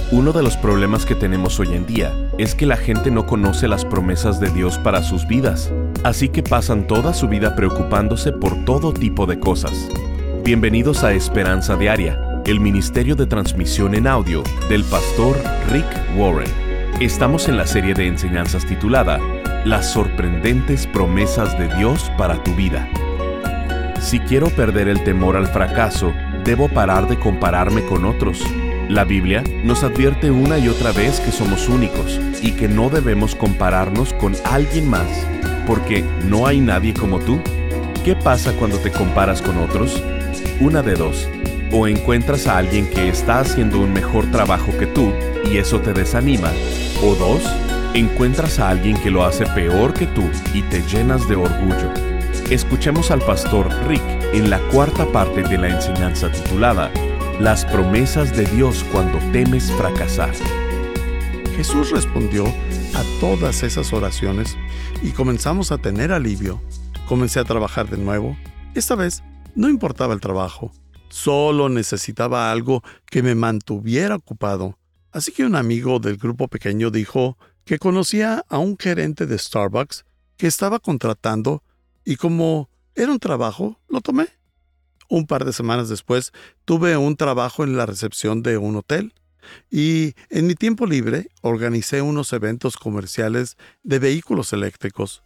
Uno de los problemas que tenemos hoy en día es que la gente no conoce las promesas de Dios para sus vidas, así que pasan toda su vida preocupándose por todo tipo de cosas. Bienvenidos a Esperanza Diaria, el ministerio de transmisión en audio del pastor Rick Warren. Estamos en la serie de enseñanzas titulada Las sorprendentes promesas de Dios para tu vida. Si quiero perder el temor al fracaso, debo parar de compararme con otros. La Biblia nos advierte una y otra vez que somos únicos y que no debemos compararnos con alguien más, porque no hay nadie como tú. ¿Qué pasa cuando te comparas con otros? Una de dos: o encuentras a alguien que está haciendo un mejor trabajo que tú y eso te desanima, o dos, encuentras a alguien que lo hace peor que tú y te llenas de orgullo. Escuchemos al pastor Rick en la cuarta parte de la enseñanza titulada Las promesas de Dios cuando temes fracasar. Jesús respondió a todas esas oraciones y comenzamos a tener alivio. Comencé a trabajar de nuevo. Esta vez no importaba el trabajo, solo necesitaba algo que me mantuviera ocupado. Así que un amigo del grupo pequeño dijo que conocía a un gerente de Starbucks que estaba contratando y como era un trabajo, lo tomé. Un par de semanas después, tuve un trabajo en la recepción de un hotel y en mi tiempo libre organicé unos eventos comerciales de vehículos eléctricos.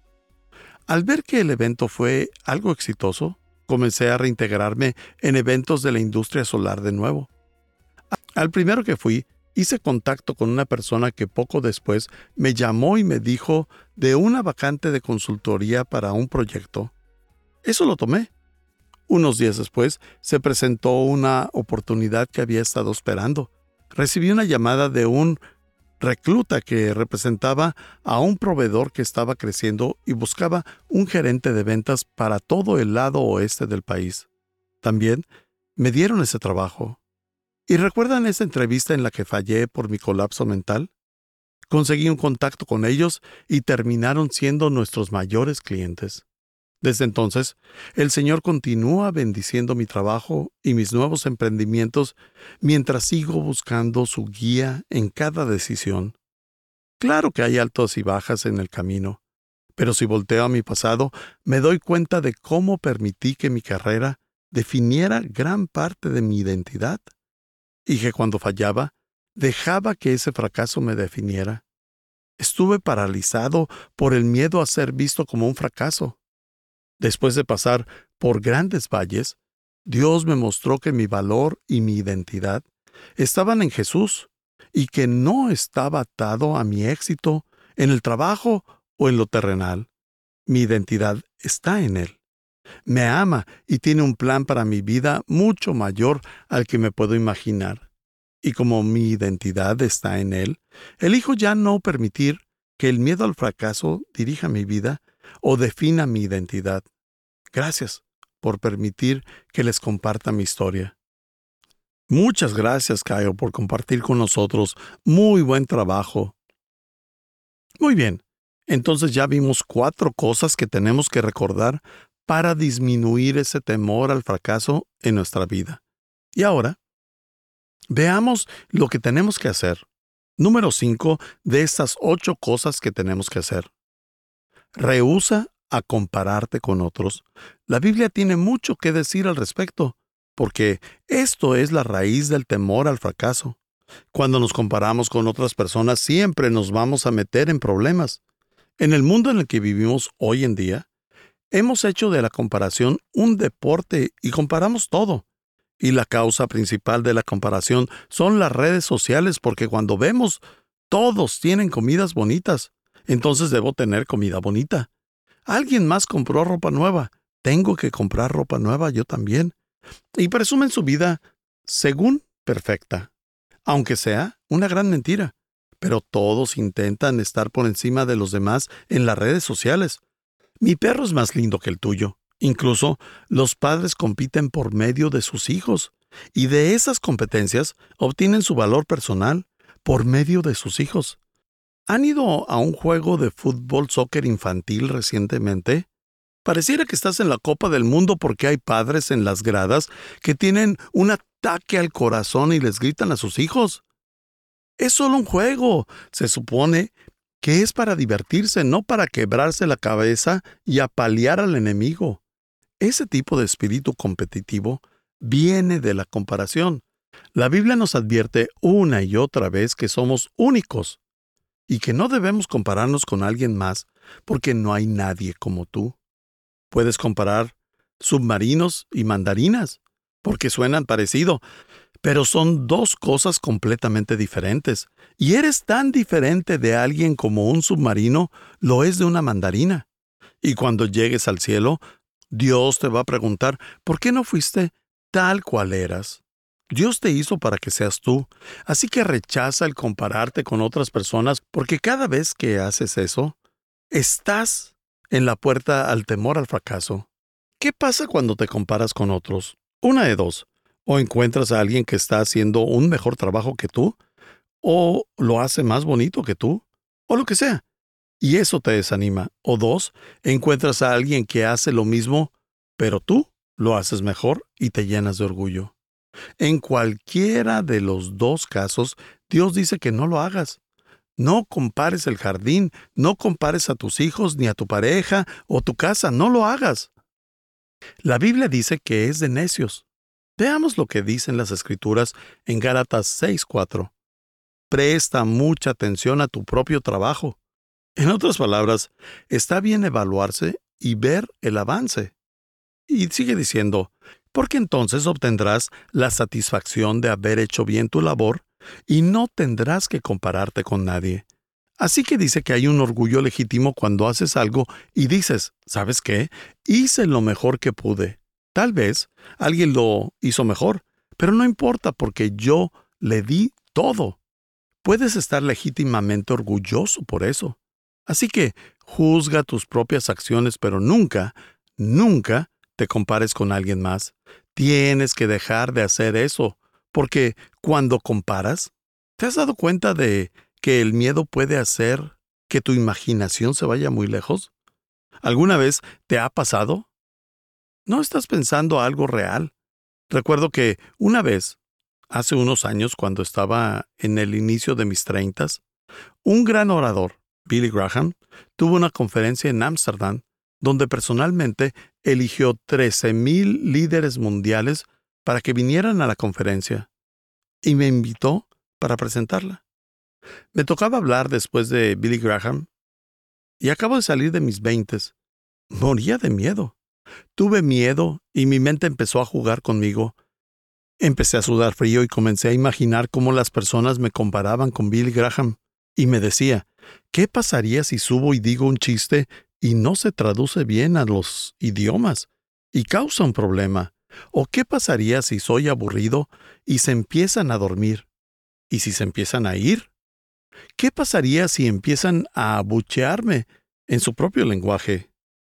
Al ver que el evento fue algo exitoso, comencé a reintegrarme en eventos de la industria solar de nuevo. Al primero que fui, hice contacto con una persona que poco después me llamó y me dijo de una vacante de consultoría para un proyecto. Eso lo tomé. Unos días después, se presentó una oportunidad que había estado esperando. Recibí una llamada de un recluta que representaba a un proveedor que estaba creciendo y buscaba un gerente de ventas para todo el lado oeste del país. También me dieron ese trabajo. ¿Y recuerdan esa entrevista en la que fallé por mi colapso mental? Conseguí un contacto con ellos y terminaron siendo nuestros mayores clientes. Desde entonces, el Señor continúa bendiciendo mi trabajo y mis nuevos emprendimientos mientras sigo buscando su guía en cada decisión. Claro que hay altos y bajas en el camino, pero si volteo a mi pasado, me doy cuenta de cómo permití que mi carrera definiera gran parte de mi identidad y que cuando fallaba, dejaba que ese fracaso me definiera. Estuve paralizado por el miedo a ser visto como un fracaso. Después de pasar por grandes valles, Dios me mostró que mi valor y mi identidad estaban en Jesús y que no estaba atado a mi éxito en el trabajo o en lo terrenal. Mi identidad está en Él. Me ama y tiene un plan para mi vida mucho mayor al que me puedo imaginar. Y como mi identidad está en Él, elijo ya no permitir que el miedo al fracaso dirija mi vida o defina mi identidad. Gracias por permitir que les comparta mi historia. Muchas gracias, Caio, por compartir con nosotros. Muy buen trabajo. Muy bien, entonces ya vimos 4 cosas que tenemos que recordar para disminuir ese temor al fracaso en nuestra vida. Y ahora, veamos lo que tenemos que hacer. Número 5 de estas 8 cosas que tenemos que hacer. Rehúsa a compararte con otros. La Biblia tiene mucho que decir al respecto, porque esto es la raíz del temor al fracaso. Cuando nos comparamos con otras personas, siempre nos vamos a meter en problemas. En el mundo en el que vivimos hoy en día, hemos hecho de la comparación un deporte y comparamos todo. Y la causa principal de la comparación son las redes sociales, porque cuando vemos todos tienen comidas bonitas, entonces debo tener comida bonita. Alguien más compró ropa nueva, tengo que comprar ropa nueva yo también. Y presumen su vida según perfecta, aunque sea una gran mentira. Pero todos intentan estar por encima de los demás en las redes sociales. Mi perro es más lindo que el tuyo. Incluso los padres compiten por medio de sus hijos, y de esas competencias obtienen su valor personal por medio de sus hijos. ¿Han ido a un juego de fútbol soccer infantil recientemente? Pareciera que estás en la Copa del Mundo porque hay padres en las gradas que tienen un ataque al corazón y les gritan a sus hijos. Es solo un juego. Se supone que es para divertirse, no para quebrarse la cabeza y apalear al enemigo. Ese tipo de espíritu competitivo viene de la comparación. La Biblia nos advierte una y otra vez que somos únicos y que no debemos compararnos con alguien más porque no hay nadie como tú. Puedes comparar submarinos y mandarinas porque suenan parecido, pero son dos cosas completamente diferentes. Y eres tan diferente de alguien como un submarino lo es de una mandarina. Y cuando llegues al cielo, Dios te va a preguntar, ¿por qué no fuiste tal cual eras? Dios te hizo para que seas tú, así que rechaza el compararte con otras personas, porque cada vez que haces eso, estás en la puerta al temor al fracaso. ¿Qué pasa cuando te comparas con otros? Una de dos. O encuentras a alguien que está haciendo un mejor trabajo que tú, o lo hace más bonito que tú, o lo que sea. Y eso te desanima. O dos, encuentras a alguien que hace lo mismo, pero tú lo haces mejor y te llenas de orgullo. En cualquiera de los dos casos, Dios dice que no lo hagas. No compares el jardín, no compares a tus hijos, ni a tu pareja o tu casa, no lo hagas. La Biblia dice que es de necios. Veamos lo que dicen las Escrituras en Gálatas 6:4. Presta mucha atención a tu propio trabajo. En otras palabras, está bien evaluarse y ver el avance. Y sigue diciendo, porque entonces obtendrás la satisfacción de haber hecho bien tu labor y no tendrás que compararte con nadie. Así que dice que hay un orgullo legítimo cuando haces algo y dices, ¿sabes qué? Hice lo mejor que pude. Tal vez alguien lo hizo mejor, pero no importa porque yo le di todo. Puedes estar legítimamente orgulloso por eso. Así que juzga tus propias acciones, pero nunca, nunca te compares con alguien más. Tienes que dejar de hacer eso, porque cuando comparas, ¿te has dado cuenta de que el miedo puede hacer que tu imaginación se vaya muy lejos? ¿Alguna vez te ha pasado? ¿No estás pensando algo real? Recuerdo que una vez, hace unos años, cuando estaba en el inicio de mis 30, un gran orador, Billy Graham, tuvo una conferencia en Ámsterdam donde personalmente eligió 13,000 líderes mundiales para que vinieran a la conferencia y me invitó para presentarla. Me tocaba hablar después de Billy Graham y acabo de salir de mis 20. Moría de miedo. Tuve miedo y mi mente empezó a jugar conmigo. Empecé a sudar frío y comencé a imaginar cómo las personas me comparaban con Billy Graham. Y me decía, ¿qué pasaría si subo y digo un chiste y no se traduce bien a los idiomas y causa un problema? ¿O qué pasaría si soy aburrido y se empiezan a dormir? ¿Y si se empiezan a ir? ¿Qué pasaría si empiezan a abuchearme en su propio lenguaje?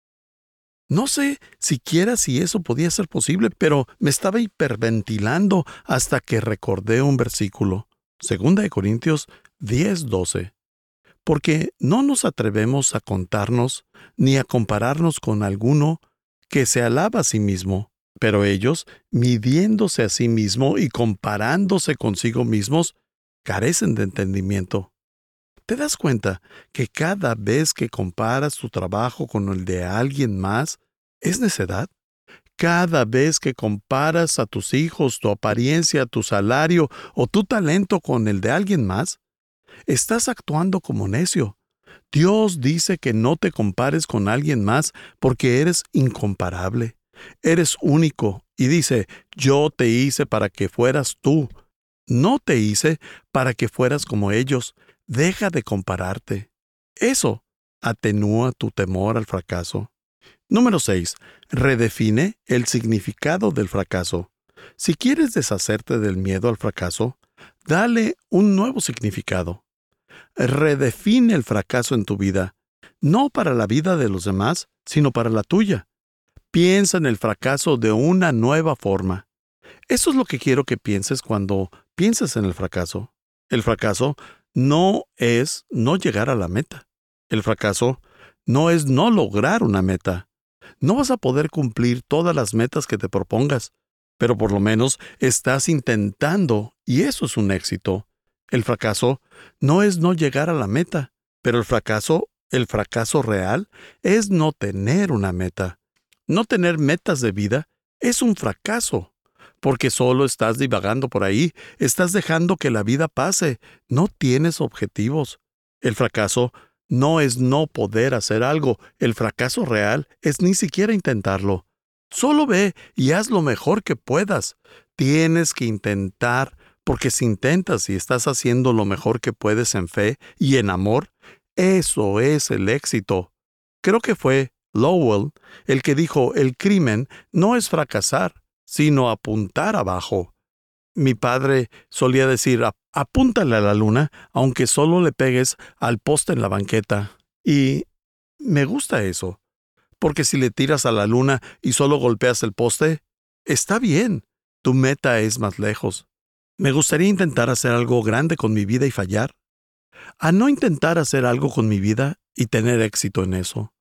No sé siquiera si eso podía ser posible, pero me estaba hiperventilando hasta que recordé un versículo. 2 Corintios 10:12. Porque no nos atrevemos a contarnos ni a compararnos con alguno que se alaba a sí mismo, pero ellos, midiéndose a sí mismo y comparándose consigo mismos, carecen de entendimiento. ¿Te das cuenta que cada vez que comparas tu trabajo con el de alguien más, es necedad? Cada vez que comparas a tus hijos, tu apariencia, tu salario o tu talento con el de alguien más, estás actuando como necio. Dios dice que no te compares con alguien más porque eres incomparable. Eres único y dice, yo te hice para que fueras tú. No te hice para que fueras como ellos. Deja de compararte. Eso atenúa tu temor al fracaso. Número 6. Redefine el significado del fracaso. Si quieres deshacerte del miedo al fracaso, dale un nuevo significado. Redefine el fracaso en tu vida, no para la vida de los demás, sino para la tuya. Piensa en el fracaso de una nueva forma. Eso es lo que quiero que pienses cuando pienses en el fracaso. El fracaso no es no llegar a la meta. El fracaso no es no lograr una meta. No vas a poder cumplir todas las metas que te propongas, pero por lo menos estás intentando y eso es un éxito. El fracaso no es no llegar a la meta, pero el fracaso real, es no tener una meta. No tener metas de vida es un fracaso, porque solo estás divagando por ahí, estás dejando que la vida pase, no tienes objetivos. El fracaso no es no poder hacer algo, el fracaso real es ni siquiera intentarlo. Solo ve y haz lo mejor que puedas. Tienes que intentar, porque si intentas y estás haciendo lo mejor que puedes en fe y en amor, eso es el éxito. Creo que fue Lowell el que dijo, el crimen no es fracasar, sino apuntar abajo. Mi padre solía decir, apúntale a la luna, aunque solo le pegues al poste en la banqueta. Y me gusta eso, porque si le tiras a la luna y solo golpeas el poste, está bien, tu meta es más lejos. Me gustaría intentar hacer algo grande con mi vida y fallar, a no intentar hacer algo con mi vida y tener éxito en eso.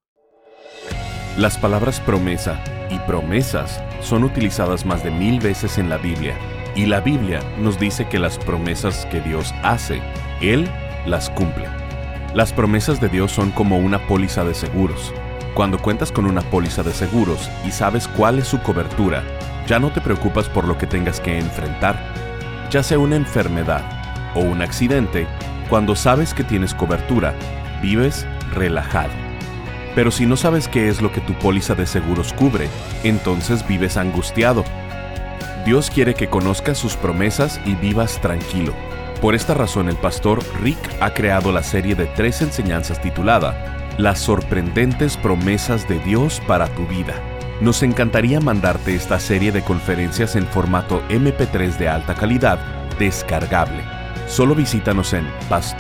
Las palabras promesa y promesas son utilizadas más de 1000 veces en la Biblia, y la Biblia nos dice que las promesas que Dios hace, Él las cumple. Las promesas de Dios son como una póliza de seguros. Cuando cuentas con una póliza de seguros y sabes cuál es su cobertura, ya no te preocupas por lo que tengas que enfrentar, ya sea una enfermedad o un accidente. Cuando sabes que tienes cobertura, vives relajado. Pero si no sabes qué es lo que tu póliza de seguros cubre, entonces vives angustiado. Dios quiere que conozcas sus promesas y vivas tranquilo. Por esta razón, el pastor Rick ha creado la serie de 3 enseñanzas titulada Las sorprendentes promesas de Dios para tu vida. Nos encantaría mandarte esta serie de conferencias en formato MP3 de alta calidad, descargable. Solo visítanos en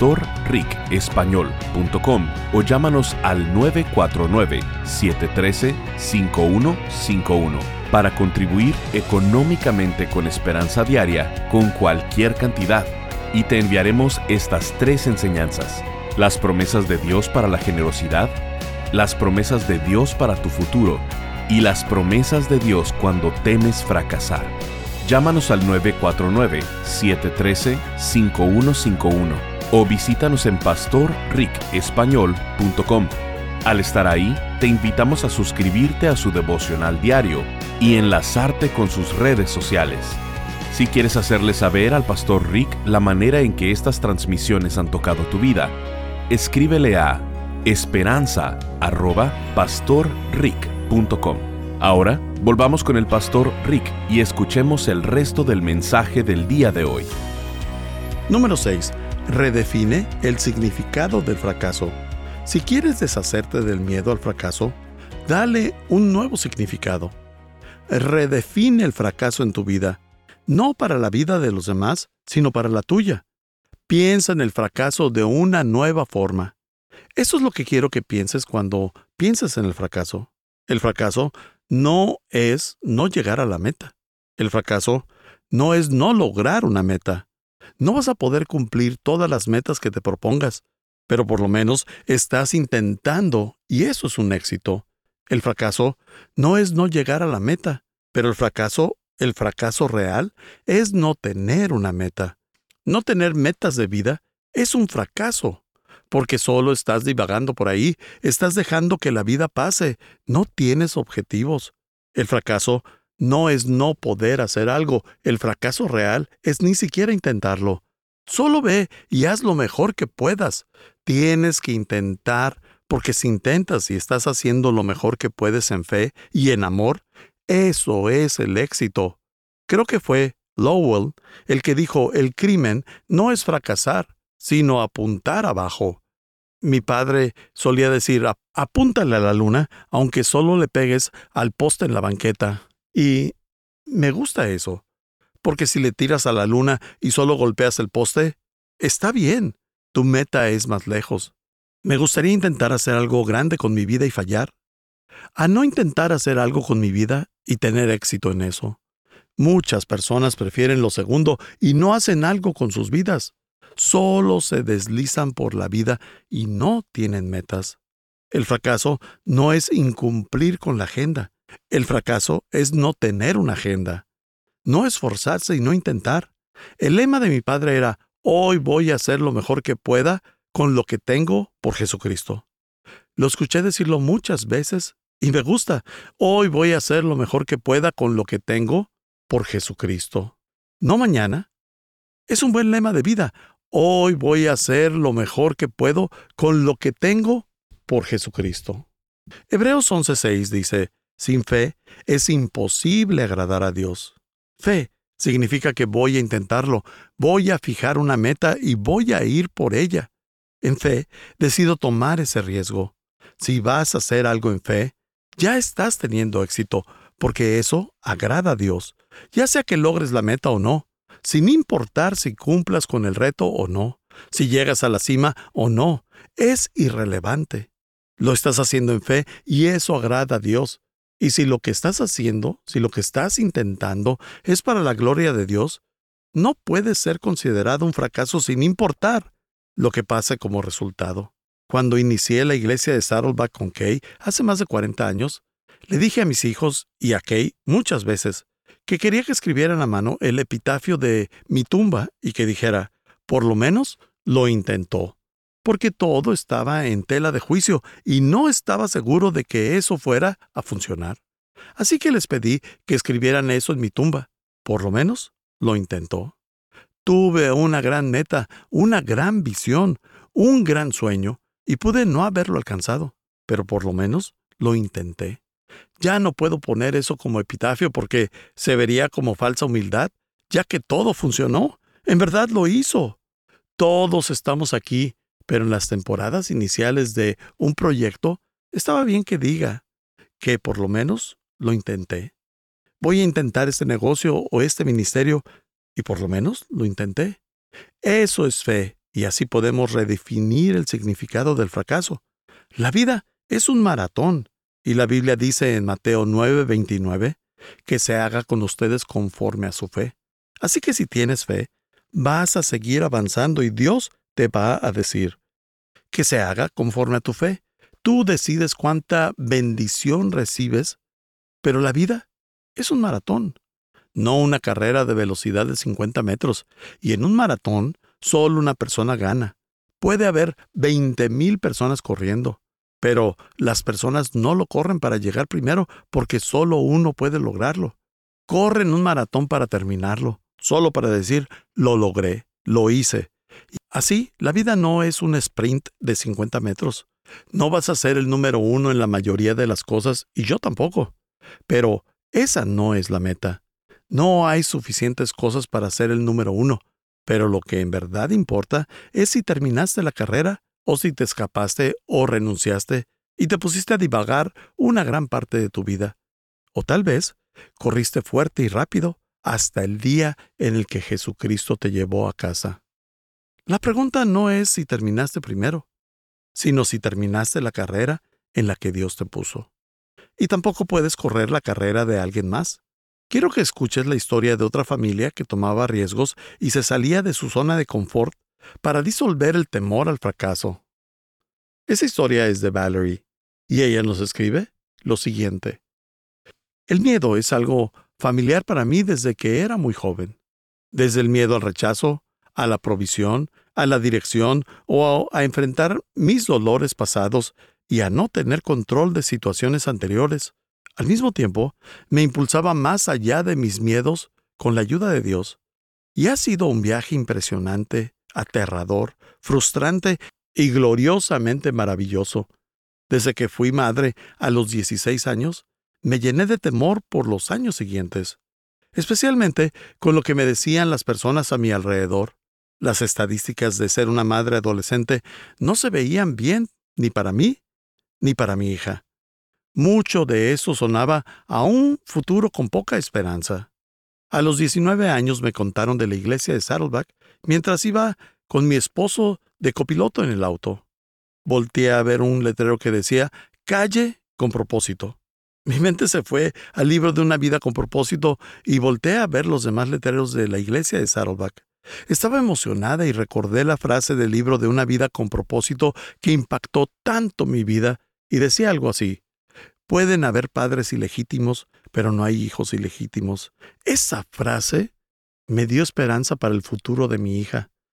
pastorricespañol.com o llámanos al 949-713-5151 para contribuir económicamente con Esperanza Diaria con cualquier cantidad, y te enviaremos estas 3 enseñanzas: las promesas de Dios para la generosidad, las promesas de Dios para tu futuro y las promesas de Dios cuando temes fracasar. Llámanos al 949-713-5151 o visítanos en pastorricespañol.com. Al estar ahí, te invitamos a suscribirte a su devocional diario y enlazarte con sus redes sociales. Si quieres hacerle saber al pastor Rick la manera en que estas transmisiones han tocado tu vida, escríbele a esperanza@pastorrick.com. Ahora, volvamos con el pastor Rick y escuchemos el resto del mensaje del día de hoy. Número 6. Redefine el significado del fracaso. Si quieres deshacerte del miedo al fracaso, dale un nuevo significado. Redefine el fracaso en tu vida, no para la vida de los demás, sino para la tuya. Piensa en el fracaso de una nueva forma. Eso es lo que quiero que pienses cuando piensas en el fracaso. El fracaso no es no llegar a la meta. El fracaso no es no lograr una meta. No vas a poder cumplir todas las metas que te propongas, pero por lo menos estás intentando y eso es un éxito. El fracaso no es no llegar a la meta, pero el fracaso real es no tener una meta. No tener metas de vida es un fracaso, porque solo estás divagando por ahí, estás dejando que la vida pase, no tienes objetivos. El fracaso no es no poder hacer algo, el fracaso real es ni siquiera intentarlo. Solo ve y haz lo mejor que puedas. Tienes que intentar, porque si intentas y estás haciendo lo mejor que puedes en fe y en amor, eso es el éxito. Creo que fue Lowell el que dijo, el crimen no es fracasar, sino apuntar abajo. Mi padre solía decir, apúntale a la luna, aunque solo le pegues al poste en la banqueta. Y me gusta eso, porque si le tiras a la luna y solo golpeas el poste, está bien, tu meta es más lejos. Me gustaría intentar hacer algo grande con mi vida y fallar, a no intentar hacer algo con mi vida y tener éxito en eso. Muchas personas prefieren lo segundo y no hacen algo con sus vidas. Solo se deslizan por la vida y no tienen metas. El fracaso no es incumplir con la agenda. El fracaso es no tener una agenda. No esforzarse y no intentar. El lema de mi padre era, Hoy voy a hacer lo mejor que pueda con lo que tengo por Jesucristo. Lo escuché decirlo muchas veces y me gusta. Hoy voy a hacer lo mejor que pueda con lo que tengo por Jesucristo. No mañana. Es un buen lema de vida. Hoy voy a hacer lo mejor que puedo con lo que tengo por Jesucristo. Hebreos 11:6 dice, sin fe es imposible agradar a Dios. Fe significa que voy a intentarlo, voy a fijar una meta y voy a ir por ella. En fe, decido tomar ese riesgo. Si vas a hacer algo en fe, ya estás teniendo éxito, porque eso agrada a Dios, ya sea que logres la meta o no, sin importar si cumplas con el reto o no, si llegas a la cima o no, es irrelevante. Lo estás haciendo en fe y eso agrada a Dios. Y si lo que estás haciendo, si lo que estás intentando es para la gloria de Dios, no puede ser considerado un fracaso sin importar lo que pase como resultado. Cuando inicié la iglesia de Saddleback con Kay hace más de 40 años, le dije a mis hijos y a Kay muchas veces que quería que escribieran a mano el epitafio de mi tumba y que dijera, por lo menos lo intentó. Porque todo estaba en tela de juicio y no estaba seguro de que eso fuera a funcionar. Así que les pedí que escribieran eso en mi tumba. Por lo menos lo intentó. Tuve una gran meta, una gran visión, un gran sueño, y pude no haberlo alcanzado, pero por lo menos lo intenté. Ya no puedo poner eso como epitafio porque se vería como falsa humildad, ya que todo funcionó. En verdad lo hizo. Todos estamos aquí. Pero en las temporadas iniciales de un proyecto, estaba bien que diga que por lo menos lo intenté. Voy a intentar este negocio o este ministerio y por lo menos lo intenté. Eso es fe y así podemos redefinir el significado del fracaso. La vida es un maratón y la Biblia dice en Mateo 9:29 que se haga con ustedes conforme a su fe. Así que si tienes fe, vas a seguir avanzando y Dios te va a decir que se haga conforme a tu fe. Tú decides cuánta bendición recibes, pero la vida es un maratón, no una carrera de velocidad de 50 metros. Y en un maratón, solo una persona gana. Puede haber 20,000 personas corriendo, pero las personas no lo corren para llegar primero porque solo uno puede lograrlo. Corren un maratón para terminarlo, solo para decir, lo logré, lo hice. Así, la vida no es un sprint de 50 metros. No vas a ser el número 1 en la mayoría de las cosas, y yo tampoco. Pero esa no es la meta. No hay suficientes cosas para ser el número 1, pero lo que en verdad importa es si terminaste la carrera o si te escapaste o renunciaste y te pusiste a divagar una gran parte de tu vida. O tal vez corriste fuerte y rápido hasta el día en el que Jesucristo te llevó a casa. La pregunta no es si terminaste primero, sino si terminaste la carrera en la que Dios te puso. Y tampoco puedes correr la carrera de alguien más. Quiero que escuches la historia de otra familia que tomaba riesgos y se salía de su zona de confort para disolver el temor al fracaso. Esa historia es de Valerie, y ella nos escribe lo siguiente. El miedo es algo familiar para mí desde que era muy joven. Desde el miedo al rechazo, a la provisión, a la dirección o a enfrentar mis dolores pasados y a no tener control de situaciones anteriores. Al mismo tiempo, me impulsaba más allá de mis miedos con la ayuda de Dios. Y ha sido un viaje impresionante, aterrador, frustrante y gloriosamente maravilloso. Desde que fui madre a los 16 años, me llené de temor por los años siguientes, especialmente con lo que me decían las personas a mi alrededor. Las estadísticas de ser una madre adolescente no se veían bien ni para mí ni para mi hija. Mucho de eso sonaba a un futuro con poca esperanza. A los 19 años me contaron de la iglesia de Saddleback mientras iba con mi esposo de copiloto en el auto. Volteé a ver un letrero que decía «Calle con propósito». Mi mente se fue al libro de una vida con propósito y volteé a ver los demás letreros de la iglesia de Saddleback. Estaba emocionada y recordé la frase del libro de una vida con propósito que impactó tanto mi vida y decía algo así: pueden haber padres ilegítimos, pero no hay hijos ilegítimos. Esa frase me dio esperanza para el futuro de mi hija.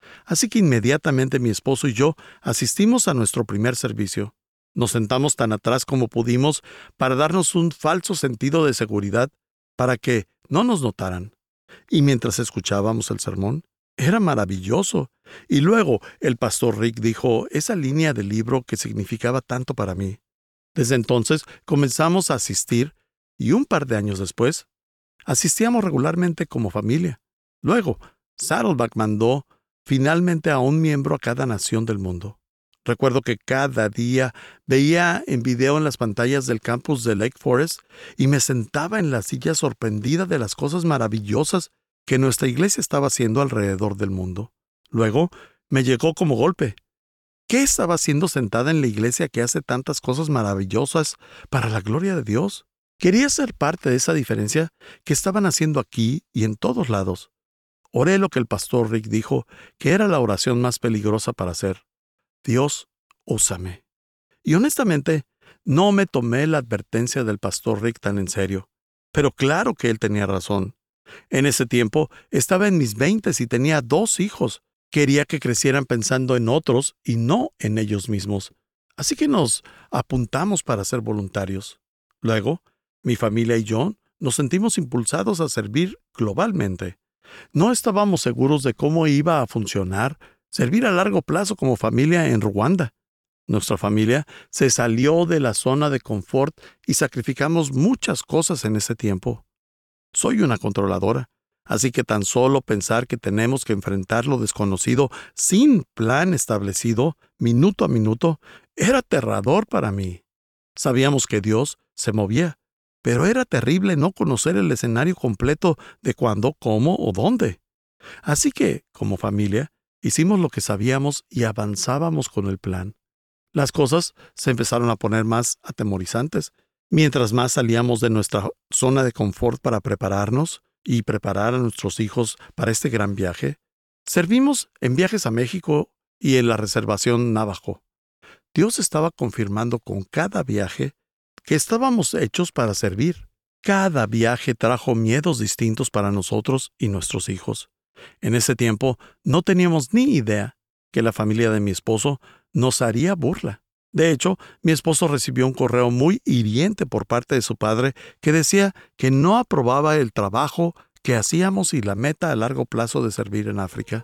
Así que inmediatamente mi esposo y yo asistimos a nuestro primer servicio. Nos sentamos tan atrás como pudimos para darnos un falso sentido de seguridad para que no nos notaran. Y mientras escuchábamos el sermón, era maravilloso. Y luego el pastor Rick dijo esa línea del libro que significaba tanto para mí. Desde entonces comenzamos a asistir y un par de años después, asistíamos regularmente como familia. Luego, Saddleback mandó finalmente a un miembro a cada nación del mundo. Recuerdo que cada día veía en video en las pantallas del campus de Lake Forest y me sentaba en la silla sorprendida de las cosas maravillosas que nuestra iglesia estaba haciendo alrededor del mundo. Luego, me llegó como golpe. ¿Qué estaba haciendo sentada en la iglesia que hace tantas cosas maravillosas para la gloria de Dios? Quería ser parte de esa diferencia que estaban haciendo aquí y en todos lados. Oré lo que el pastor Rick dijo que era la oración más peligrosa para hacer. Dios, úsame. Y honestamente, no me tomé la advertencia del pastor Rick tan en serio. Pero claro que él tenía razón. En ese tiempo estaba en mis 20s y tenía 2 hijos. Quería que crecieran pensando en otros y no en ellos mismos. Así que nos apuntamos para ser voluntarios. Luego, mi familia y yo nos sentimos impulsados a servir globalmente. No estábamos seguros de cómo iba a funcionar servir a largo plazo como familia en Ruanda. Nuestra familia se salió de la zona de confort y sacrificamos muchas cosas en ese tiempo. Soy una controladora, así que tan solo pensar que tenemos que enfrentar lo desconocido sin plan establecido, minuto a minuto, era aterrador para mí. Sabíamos que Dios se movía, pero era terrible no conocer el escenario completo de cuándo, cómo o dónde. Así que, como familia, hicimos lo que sabíamos y avanzábamos con el plan. Las cosas se empezaron a poner más atemorizantes. Mientras más salíamos de nuestra zona de confort para prepararnos y preparar a nuestros hijos para este gran viaje, servimos en viajes a México y en la reservación Navajo. Dios estaba confirmando con cada viaje que estábamos hechos para servir. Cada viaje trajo miedos distintos para nosotros y nuestros hijos. En ese tiempo no teníamos ni idea que la familia de mi esposo nos haría burla. De hecho, mi esposo recibió un correo muy hiriente por parte de su padre que decía que no aprobaba el trabajo que hacíamos y la meta a largo plazo de servir en África.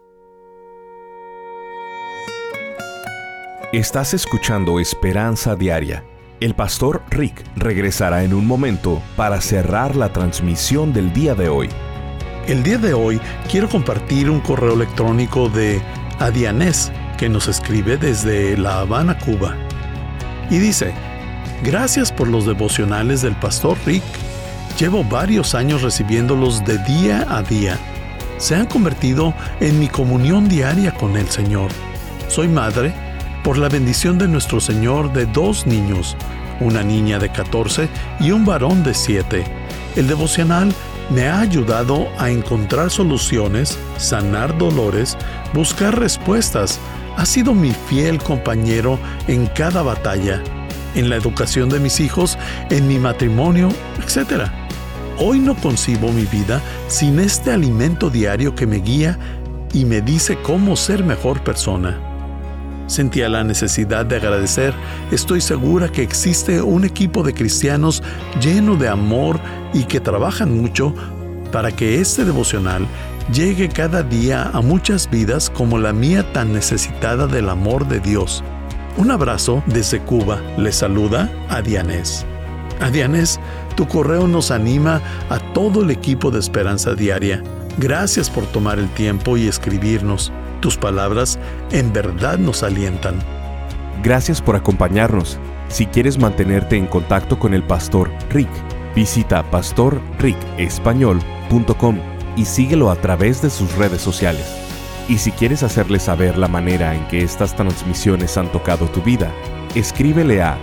Estás escuchando Esperanza Diaria. El pastor Rick regresará en un momento para cerrar la transmisión del día de hoy. El día de hoy quiero compartir un correo electrónico de Adianés que nos escribe desde La Habana, Cuba. Y dice: gracias por los devocionales del pastor Rick. Llevo varios años recibiéndolos de día a día. Se han convertido en mi comunión diaria con el Señor. Soy madre por la bendición de nuestro Señor de 2 niños, una niña de 14 y un varón de 7. El devocional me ha ayudado a encontrar soluciones, sanar dolores, buscar respuestas. Ha sido mi fiel compañero en cada batalla, en la educación de mis hijos, en mi matrimonio, etc. Hoy no concibo mi vida sin este alimento diario que me guía y me dice cómo ser mejor persona. Sentía la necesidad de agradecer. Estoy segura que existe un equipo de cristianos lleno de amor y que trabajan mucho para que este devocional llegue cada día a muchas vidas como la mía tan necesitada del amor de Dios. Un abrazo desde Cuba. Les saluda Adianés. Adianés, tu correo nos anima a todo el equipo de Esperanza Diaria. Gracias por tomar el tiempo y escribirnos. Tus palabras en verdad nos alientan. Gracias por acompañarnos. Si quieres mantenerte en contacto con el pastor Rick, visita pastorricespañol.com y síguelo a través de sus redes sociales. Y si quieres hacerle saber la manera en que estas transmisiones han tocado tu vida, escríbele a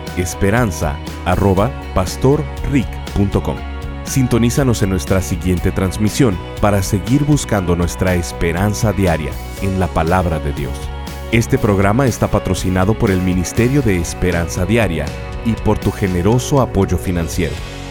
esperanza@pastorrick.com. Sintonízanos en nuestra siguiente transmisión para seguir buscando nuestra esperanza diaria en la palabra de Dios. Este programa está patrocinado por el Ministerio de Esperanza Diaria y por tu generoso apoyo financiero.